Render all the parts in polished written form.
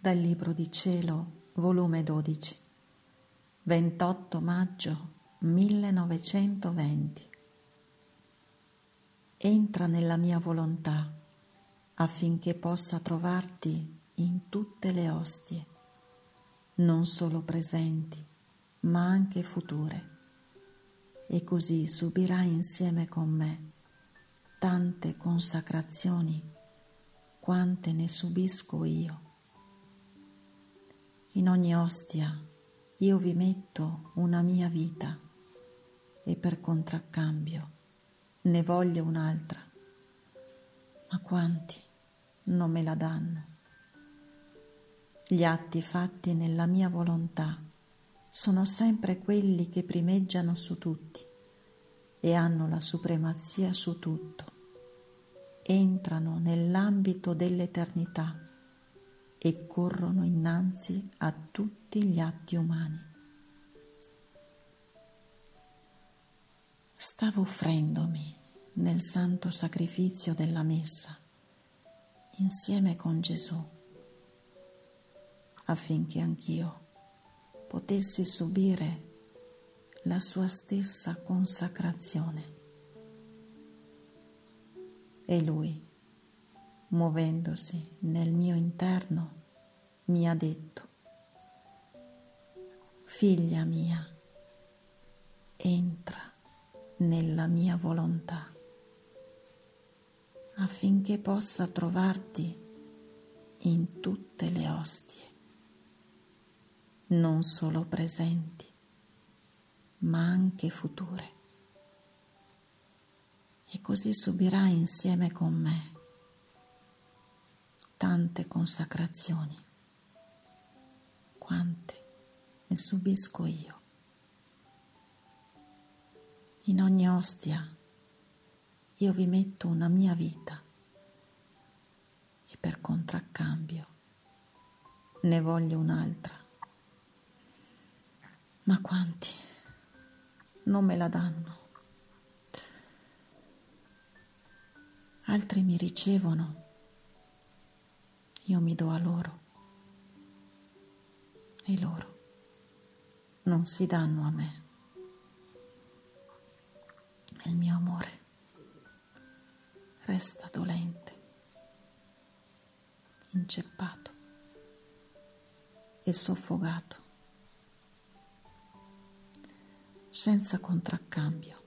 Dal Libro di Cielo, volume 12, 28 maggio 1920. Entra nella mia volontà affinché possa trovarti in tutte le ostie, non solo presenti, ma anche future, e così subirai insieme con me tante consacrazioni quante ne subisco io. In ogni ostia io vi metto una mia vita e per contraccambio ne voglio un'altra, ma quanti non me la danno? Gli atti fatti nella mia volontà sono sempre quelli che primeggiano su tutti e hanno la supremazia su tutto, entrano nell'ambito dell'eternità e corrono innanzi a tutti gli atti umani. Stavo offrendomi nel santo sacrificio della messa insieme con Gesù, affinché anch'io potessi subire la sua stessa consacrazione. E Lui, muovendosi nel mio interno, mi ha detto: figlia mia, entra nella mia volontà, affinché possa trovarti in tutte le ostie, non solo presenti, ma anche future. E così subirai insieme con me tante consacrazioni, quante ne subisco io. In ogni ostia io vi metto una mia vita e per contraccambio ne voglio un'altra, ma quanti non me la danno? Altri mi ricevono, io mi do a loro e loro non si danno a me. Il mio amore resta dolente, inceppato e soffocato, senza contraccambio.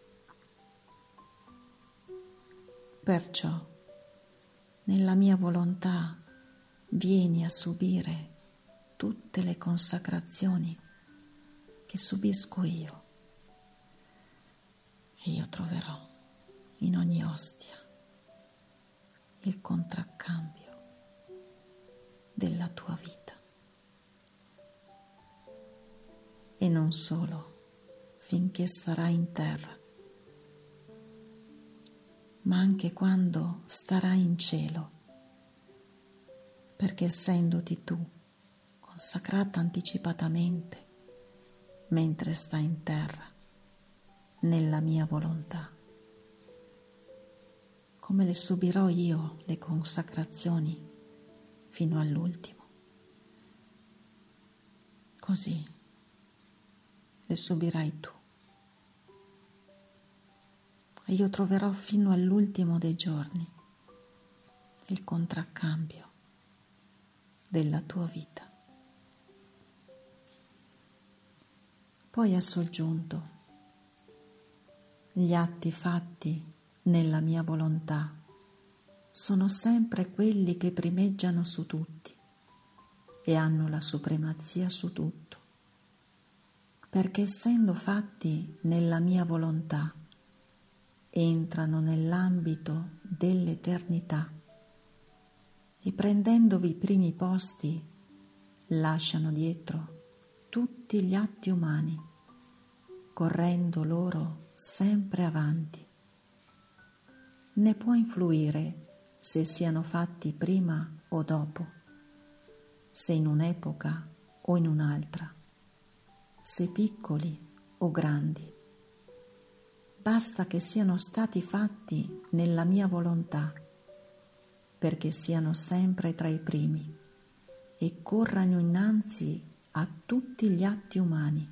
Perciò nella mia volontà vieni a subire tutte le consacrazioni che subisco io, e io troverò in ogni ostia il contraccambio della tua vita. E non solo finché sarai in terra, ma anche quando starai in cielo, perché essendoti tu consacrata anticipatamente mentre stai in terra nella mia volontà, come le subirò io le consacrazioni fino all'ultimo, così le subirai tu. E io troverò fino all'ultimo dei giorni il contraccambio della tua vita. Poi ha soggiunto: gli atti fatti nella mia volontà sono sempre quelli che primeggiano su tutti e hanno la supremazia su tutto, perché essendo fatti nella mia volontà entrano nell'ambito dell'eternità e prendendovi i primi posti lasciano dietro tutti gli atti umani, correndo loro sempre avanti. Ne può influire se siano fatti prima o dopo, se in un'epoca o in un'altra, se piccoli o grandi. Basta che siano stati fatti nella mia volontà, perché siano sempre tra i primi e corrano innanzi a tutti gli atti umani.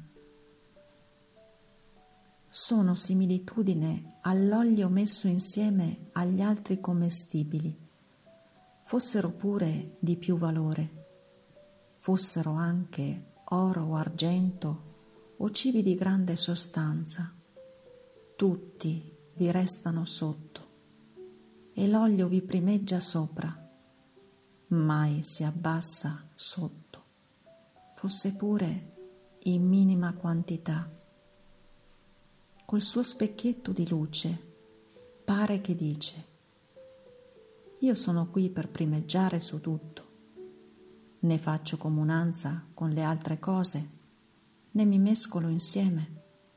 Sono similitudine all'olio messo insieme agli altri commestibili, fossero pure di più valore, fossero anche oro o argento o cibi di grande sostanza, tutti vi restano sotto e l'olio vi primeggia sopra, mai si abbassa sotto, fosse pure in minima quantità. Col suo specchietto di luce pare che dice: io sono qui per primeggiare su tutto, né faccio comunanza con le altre cose, né mi mescolo insieme.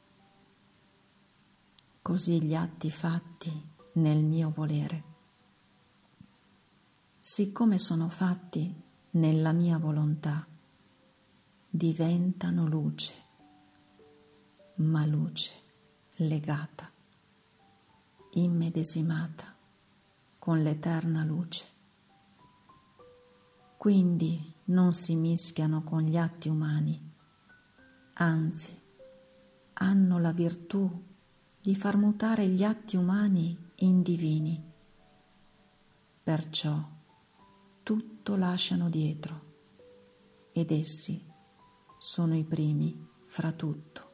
Così gli atti fatti nel mio volere, siccome sono fatti nella mia volontà, diventano luce, ma luce legata, immedesimata con l'eterna luce. Quindi non si mischiano con gli atti umani, anzi hanno la virtù di far mutare gli atti umani in divini. Perciò tutto lasciano dietro ed essi sono i primi fra tutto.